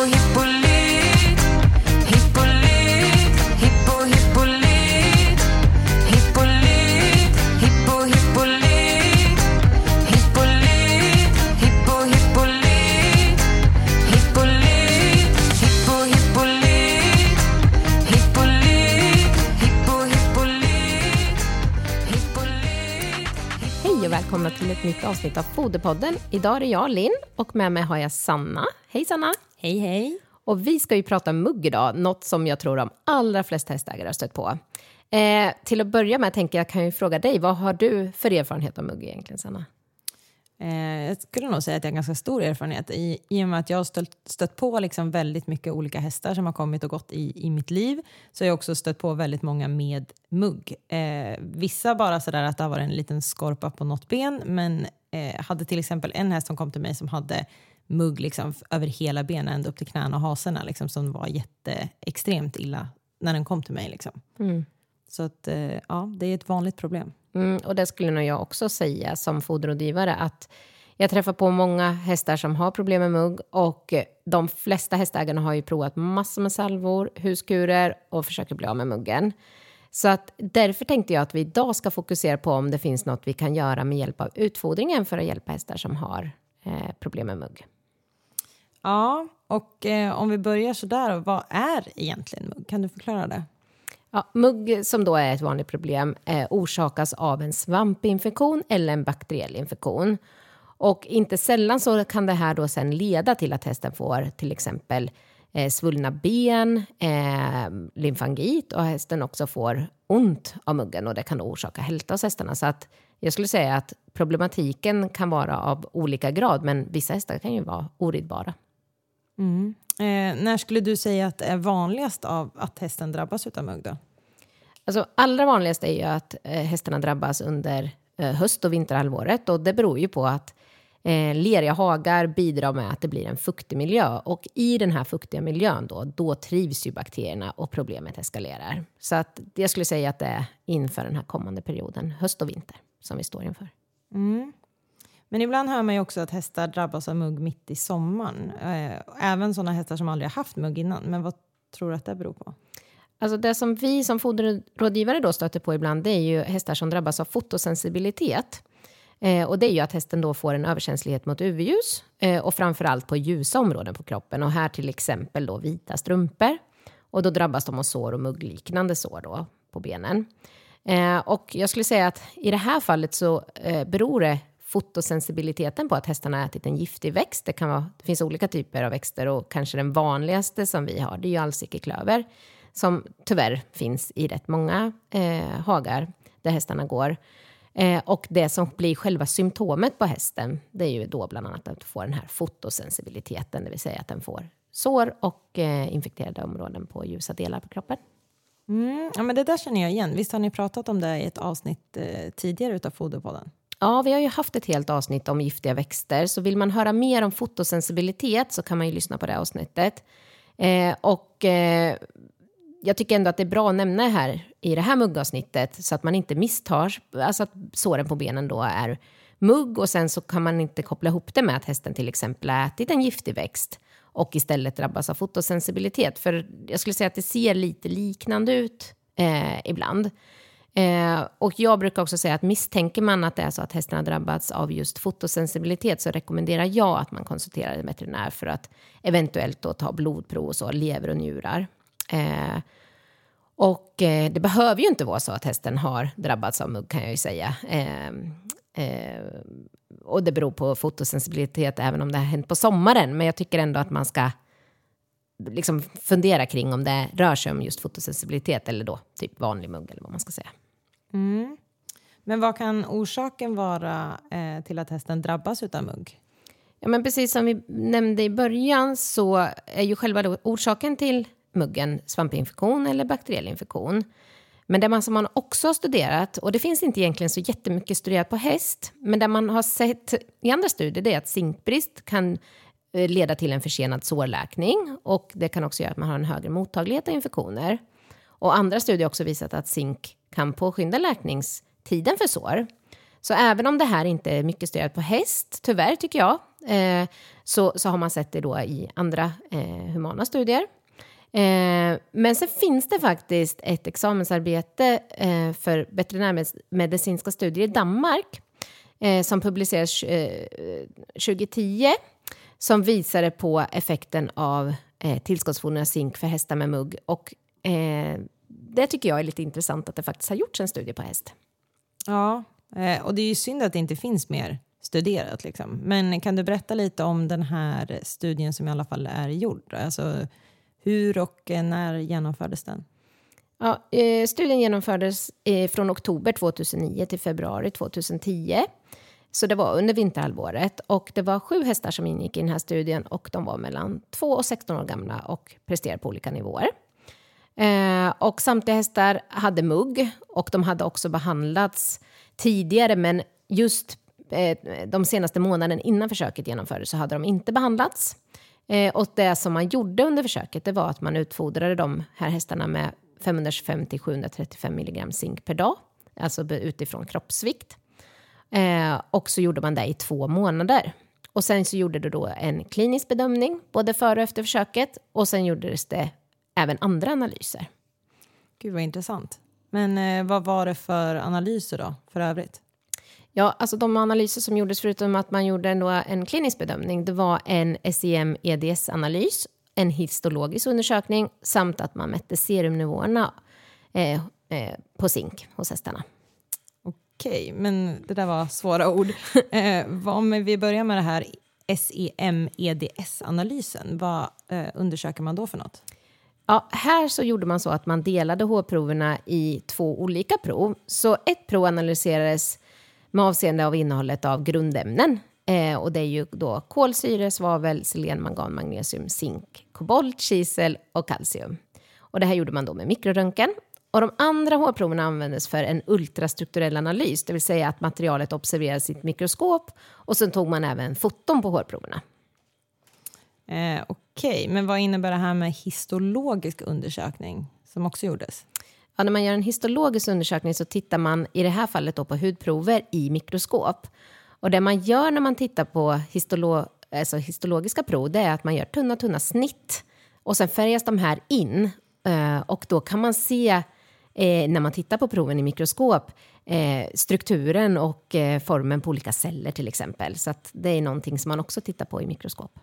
hippolyt, hippolyt, hippo, hippolyt, hippolyt, hippo, hippolyt, hippolyt, hippo, hippolyt, hippolyt, hippo, hippolyt, hippolyt, hippo, hippolyt, hippolyt. Hej och välkomna till ett nytt avsnitt av Foderpodden. Idag är det jag, Linn, och med mig har jag Sanna. Hej Sanna! Hej hej! Och vi ska ju prata mugg idag, något som jag tror de allra flesta hästägare har stött på. Till att börja med tänker jag kan ju fråga dig, vad har du för erfarenhet av mugg egentligen, Sanna? Jag skulle nog säga att jag har ganska stor erfarenhet i och med att jag har stött på liksom väldigt mycket olika hästar som har kommit och gått i mitt liv. Så jag har också stött på väldigt många med mugg. Vissa bara sådär att det har varit en liten skorpa på något ben, men hade till exempel en häst som kom till mig som hade mugg liksom över hela benen ända upp till knäna och haserna liksom, som var extremt illa när den kom till mig liksom. Så att ja, det är ett vanligt problem. Och det skulle nog jag också säga som foderrådgivare, att jag träffar på många hästar som har problem med mugg, och de flesta hästägarna har ju provat massor med salvor, huskurer och försöker bli av med muggen. Så att därför tänkte jag att vi idag ska fokusera på om det finns något vi kan göra med hjälp av utfodringen för att hjälpa hästar som har problem med mugg. Ja, och om vi börjar så där, vad är egentligen mugg? Kan du förklara det? Ja, mugg som då är ett vanligt problem orsakas av en svampinfektion eller en bakteriell infektion. Och inte sällan så kan det här då sen leda till att hästen får till exempel svullna ben, lymfangit, och hästen också får ont av muggen, och det kan då orsaka hälta hos hästarna. Så att jag skulle säga att problematiken kan vara av olika grad, men vissa hästar kan ju vara oridbara. När skulle du säga att det är vanligast av att hästen drabbas av mugg då? Alltså, allra vanligast är ju att hästarna drabbas under höst- och vinterhalvåret, och det beror ju på att leriga hagar bidrar med att det blir en fuktig miljö, och i den här fuktiga miljön då trivs ju bakterierna och problemet eskalerar. Så att jag skulle säga att det är inför den här kommande perioden, höst och vinter, som vi står inför. Men ibland hör man ju också att hästar drabbas av mugg mitt i sommaren. Även sådana hästar som aldrig har haft mugg innan. Men vad tror du att det beror på? Alltså det som vi som foderrådgivare då stöter på ibland, det är ju hästar som drabbas av fotosensibilitet. Och det är ju att hästen då får en överkänslighet mot UV-ljus, och framförallt på ljusa områden på kroppen. Och här till exempel då vita strumpor. Och då drabbas de av sår och muggliknande sår då på benen. Och jag skulle säga att i det här fallet så beror det fotosensibiliteten på att hästarna har ätit en giftig växt. Det finns olika typer av växter, och kanske den vanligaste som vi har, det är ju alsikeklöver, som tyvärr finns i rätt många hagar där hästarna går. Och det som blir själva symptomet på hästen, det är ju då bland annat att få den här fotosensibiliteten, det vill säga att den får sår och infekterade områden på ljusa delar på kroppen. Ja, men det där känner jag igen. Visst har ni pratat om det i ett avsnitt tidigare utav Foderpodden? Ja, vi har ju haft ett helt avsnitt om giftiga växter, så vill man höra mer om fotosensibilitet så kan man ju lyssna på det avsnittet. Jag tycker ändå att det är bra att nämna här i det här muggavsnittet, så att man inte misstar, alltså att såren på benen då är mugg, och sen så kan man inte koppla ihop det med att hästen till exempel har ätit en giftig växt och istället drabbas av fotosensibilitet. För jag skulle säga att det ser lite liknande ut ibland. Och jag brukar också säga att misstänker man att det är så att hästen har drabbats av just fotosensibilitet, så rekommenderar jag att man konsulterar en veterinär för att eventuellt då ta blodprov och så, lever och njurar. Det behöver ju inte vara så att hästen har drabbats av mugg, kan jag ju säga. Och det beror på fotosensibilitet även om det har hänt på sommaren. Men jag tycker ändå att man ska liksom fundera kring om det rör sig om just fotosensibilitet eller då typ vanlig mugg eller vad man ska säga. Men vad kan orsaken vara till att hästen drabbas av mugg? Ja, men precis som vi nämnde i början så är ju själva då orsaken till muggen svampinfektion eller bakteriell infektion. Men det som man också har studerat, och det finns inte egentligen så jättemycket studerat på häst, men det man har sett i andra studier, det är att zinkbrist kan leda till en försenad sårläkning, och det kan också göra att man har en högre mottaglighet av infektioner. Och andra studier har också visat att zink kan påskynda läkningstiden för sår. Så även om det här inte är mycket studerat på häst, tyvärr tycker jag, så har man sett det då i andra humana studier. Men sen finns det faktiskt ett examensarbete för veterinärmedicinska studier i Danmark som publicerades 2010 som visade på effekten av tillskottsfoder zink för hästar med mugg. Och det tycker jag är lite intressant att det faktiskt har gjorts en studie på häst. Ja, och det är ju synd att det inte finns mer studerat. Liksom. Men kan du berätta lite om den här studien som i alla fall är gjord? Alltså hur och när genomfördes den? Ja, studien genomfördes från oktober 2009 till februari 2010. Så det var under vinterhalvåret. Och det var 7 hästar som ingick i den här studien. Och de var mellan 2 och 16 år gamla och presterade på olika nivåer. Och samtliga hästar hade mugg. Och de hade också behandlats tidigare. Men just de senaste månaderna innan försöket genomfördes så hade de inte behandlats. Och det som man gjorde under försöket det var att man utfodrade de här hästarna med 525-735 milligram zink per dag. Alltså utifrån kroppsvikt. Och så gjorde man det i 2 månader. Och sen så gjorde det då en klinisk bedömning både före och efter försöket. Och sen gjordes det även andra analyser. Gud vad intressant. Men vad var det för analyser då för övrigt? Ja, alltså de analyser som gjordes förutom att man gjorde en klinisk bedömning. Det var en SEM-EDS-analys, en histologisk undersökning samt att man mätte serumnivåerna på zink hos hästarna. Okej, men det där var svåra ord. Om vi börjar med det här SEM-EDS-analysen, vad undersöker man då för något? Ja, här så gjorde man så att man delade hårproverna i 2 olika prov. Så ett prov analyserades med avseende av innehållet av grundämnen. Och det är ju då kolsyre, svavel, selen, mangan, magnesium, zink, kobolt, kisel och kalcium. Och det här gjorde man då med mikroröntgen. Och de andra hårproverna användes för en ultrastrukturell analys. Det vill säga att materialet observerades i ett mikroskop. Och sen tog man även foton på hårproverna. Okej, men vad innebär det här med histologisk undersökning som också gjordes? Ja, när man gör en histologisk undersökning så tittar man i det här fallet då på hudprover i mikroskop. Och det man gör när man tittar på histologiska prov det är att man gör tunna snitt. Och sen färgas de här in. Och då kan man se när man tittar på proven i mikroskop strukturen och formen på olika celler till exempel. Så att det är någonting som man också tittar på i mikroskop.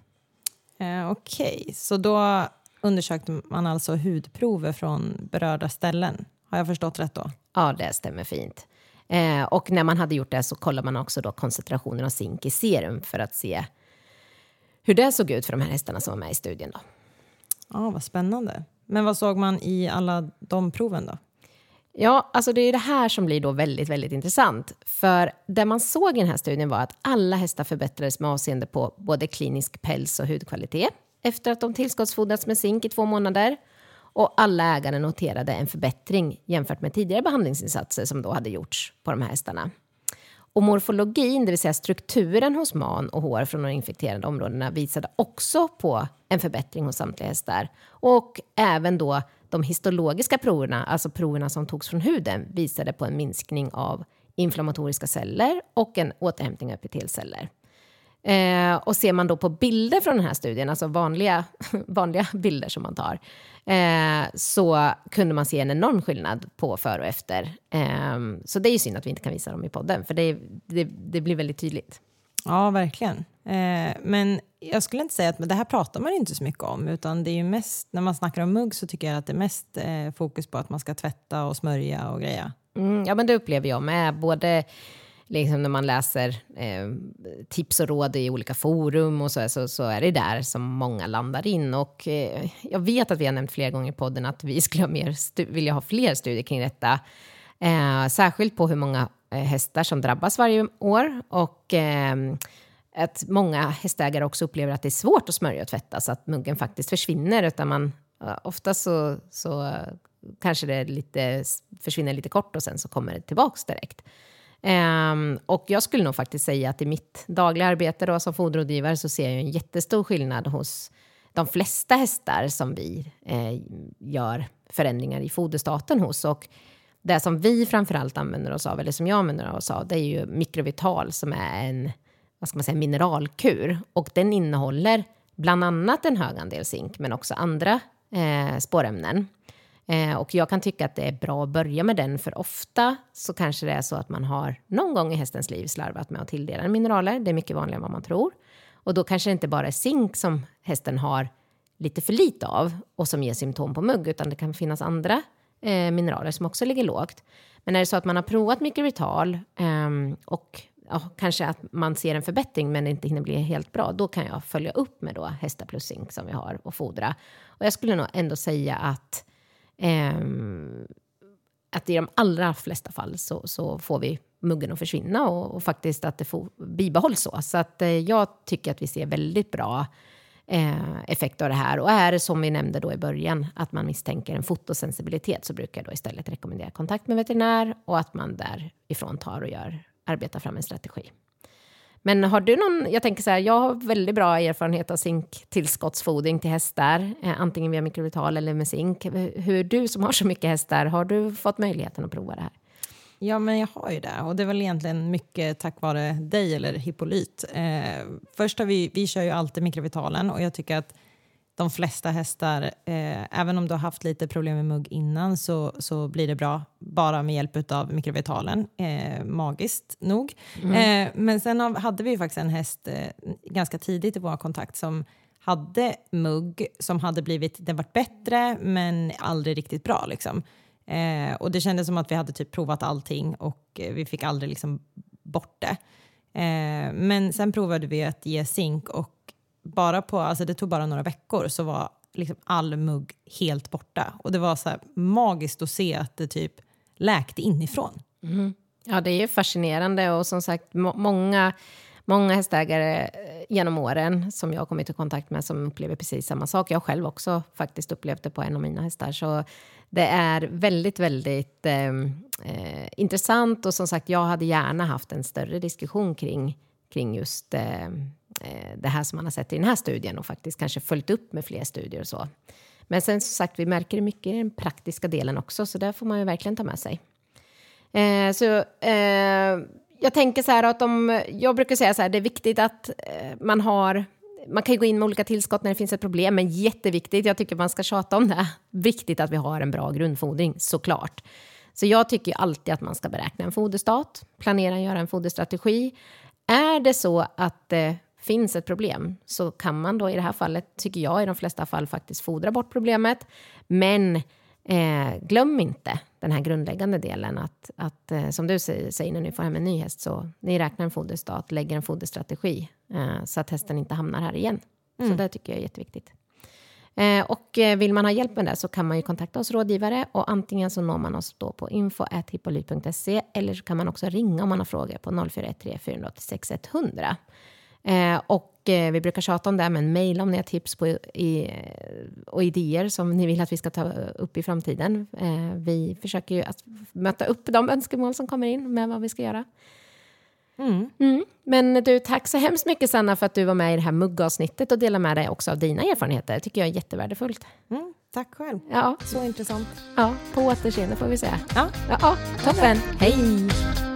Okej, så då undersökte man alltså hudprover från berörda ställen. Har jag förstått rätt då? Ja, det stämmer fint. Och när man hade gjort det så kollar man också då koncentrationen av zink i serum för att se hur det såg ut för de här hästarna som var med i studien då. Ja, vad spännande. Men vad såg man i alla de proven då? Ja, alltså det är det här som blir då väldigt, väldigt intressant. För det man såg i den här studien var att alla hästar förbättrades med avseende på både klinisk päls- och hudkvalitet efter att de tillskottsfodrats med zink i 2 månader. Och alla ägare noterade en förbättring jämfört med tidigare behandlingsinsatser som då hade gjorts på de här hästarna. Och morfologin, det vill säga strukturen hos man och hår från de infekterade områdena visade också på en förbättring hos samtliga hästar. Och även då de histologiska proverna, alltså proverna som togs från huden, visade på en minskning av inflammatoriska celler och en återhämtning av epitelceller. Och ser man då på bilder från den här studien, alltså vanliga bilder som man tar, så kunde man se en enorm skillnad på före och efter. Så det är ju synd att vi inte kan visa dem i podden, för det blir väldigt tydligt. Ja, verkligen. Men jag skulle inte säga att det här pratar man inte så mycket om, utan det är ju mest, när man snackar om mugg så tycker jag att det är mest fokus på att man ska tvätta och smörja och greja. Ja, men det upplever jag med både liksom när man läser tips och råd i olika forum och så är det där som många landar in. Och jag vet att vi har nämnt flera gånger i podden att vi skulle vilja ha fler studier kring detta. Särskilt på hur många hästar som drabbas varje år. Och att många hästägare också upplever att det är svårt att smörja och tvätta så att muggen faktiskt försvinner. Utan ofta så kanske det försvinner lite kort och sen så kommer det tillbaks direkt. Och jag skulle nog faktiskt säga att i mitt dagliga arbete då, som foderrådgivare så ser jag en jättestor skillnad hos de flesta hästar som vi gör förändringar i foderstaten hos. Och det som vi framförallt använder oss av, eller som jag använder oss av, det är ju Mikrovital som är vad ska man säga, mineralkur. Och den innehåller bland annat en hög andel zink men också andra spårämnen. Och jag kan tycka att det är bra att börja med den, för ofta så kanske det är så att man har någon gång i hästens liv slarvat med att tilldela mineraler. Det är mycket vanligare än vad man tror. Och då kanske det inte bara är zink som hästen har lite för lite av och som ger symptom på mugg, utan det kan finnas andra mineraler som också ligger lågt. Men är det så att man har provat Microvital och kanske att man ser en förbättring men det inte hinner bli helt bra, då kan jag följa upp med då Hästa plus zink som vi har och fodra. Och jag skulle nog ändå säga att i de allra flesta fall så får vi muggen att försvinna och faktiskt att det bibehålls så. Så att jag tycker att vi ser väldigt bra effekt av det här. Och är det som vi nämnde då i början att man misstänker en fotosensibilitet, så brukar jag då istället rekommendera kontakt med veterinär och att man därifrån arbetar fram en strategi. Men har du jag tänker så här, jag har väldigt bra erfarenhet av zinktillskottsfodring till hästar, antingen via Microvital eller med zink. Hur du som har så mycket hästar, har du fått möjligheten att prova det här? Ja, men jag har ju det. Och det är väl egentligen mycket tack vare dig eller Hippolyt. Först har vi kör ju alltid Microvitalen, och jag tycker att de flesta hästar, även om du har haft lite problem med mugg innan, så blir det bra bara med hjälp av Microvitalen. Magiskt nog. Men sen hade vi faktiskt en häst ganska tidigt i vår kontakt som hade mugg som hade den varit bättre men aldrig riktigt bra liksom. Och det kändes som att vi hade typ provat allting och vi fick aldrig liksom bort det. Men sen provade vi att ge zink, och det tog bara några veckor så var liksom all mugg helt borta. Och det var så här magiskt att se att det typ läkte inifrån. Mm. Ja, det är ju fascinerande, och som sagt många hästägare genom åren som jag har kommit i kontakt med som upplever precis samma sak. Jag själv också faktiskt upplevt det på en av mina hästar. Så det är väldigt, väldigt intressant, och som sagt jag hade gärna haft en större diskussion kring just det här som man har sett i den här studien, och faktiskt kanske följt upp med fler studier och så. Men sen som sagt, vi märker det mycket i den praktiska delen också, så där får man ju verkligen ta med sig. Jag tänker så här att jag brukar säga så här, det är viktigt att man kan ju gå in med olika tillskott när det finns ett problem, men jätteviktigt, jag tycker man ska tjata om det, viktigt att vi har en bra grundfodring, såklart. Så jag tycker alltid att man ska beräkna en foderstat, göra en foderstrategi. Är det så att det finns ett problem, så kan man då i det här fallet, tycker jag i de flesta fall, faktiskt fodra bort problemet. Men glöm inte den här grundläggande delen att som du säger när ni får hem en ny häst, så ni räknar en foderstat, lägger en foderstrategi så att hästen inte hamnar här igen. Så det tycker jag är jätteviktigt. Och vill man ha hjälp med det, så kan man ju kontakta oss rådgivare, och antingen så når man oss då på info@hippolyt.se, eller så kan man också ringa om man har frågor på 0413 486 100. Och vi brukar tjata om det, men mejla om ni har tips och idéer som ni vill att vi ska ta upp i framtiden. Vi försöker ju att möta upp de önskemål som kommer in med vad vi ska göra. Men du, tack så hemskt mycket Sanna för att du var med i det här muggavsnittet och delade med dig också av dina erfarenheter. Det tycker jag är jättevärdefullt. Tack själv. Ja. Så intressant. Ja, på återseende får vi säga. Ja. Ja, toppen. Hej!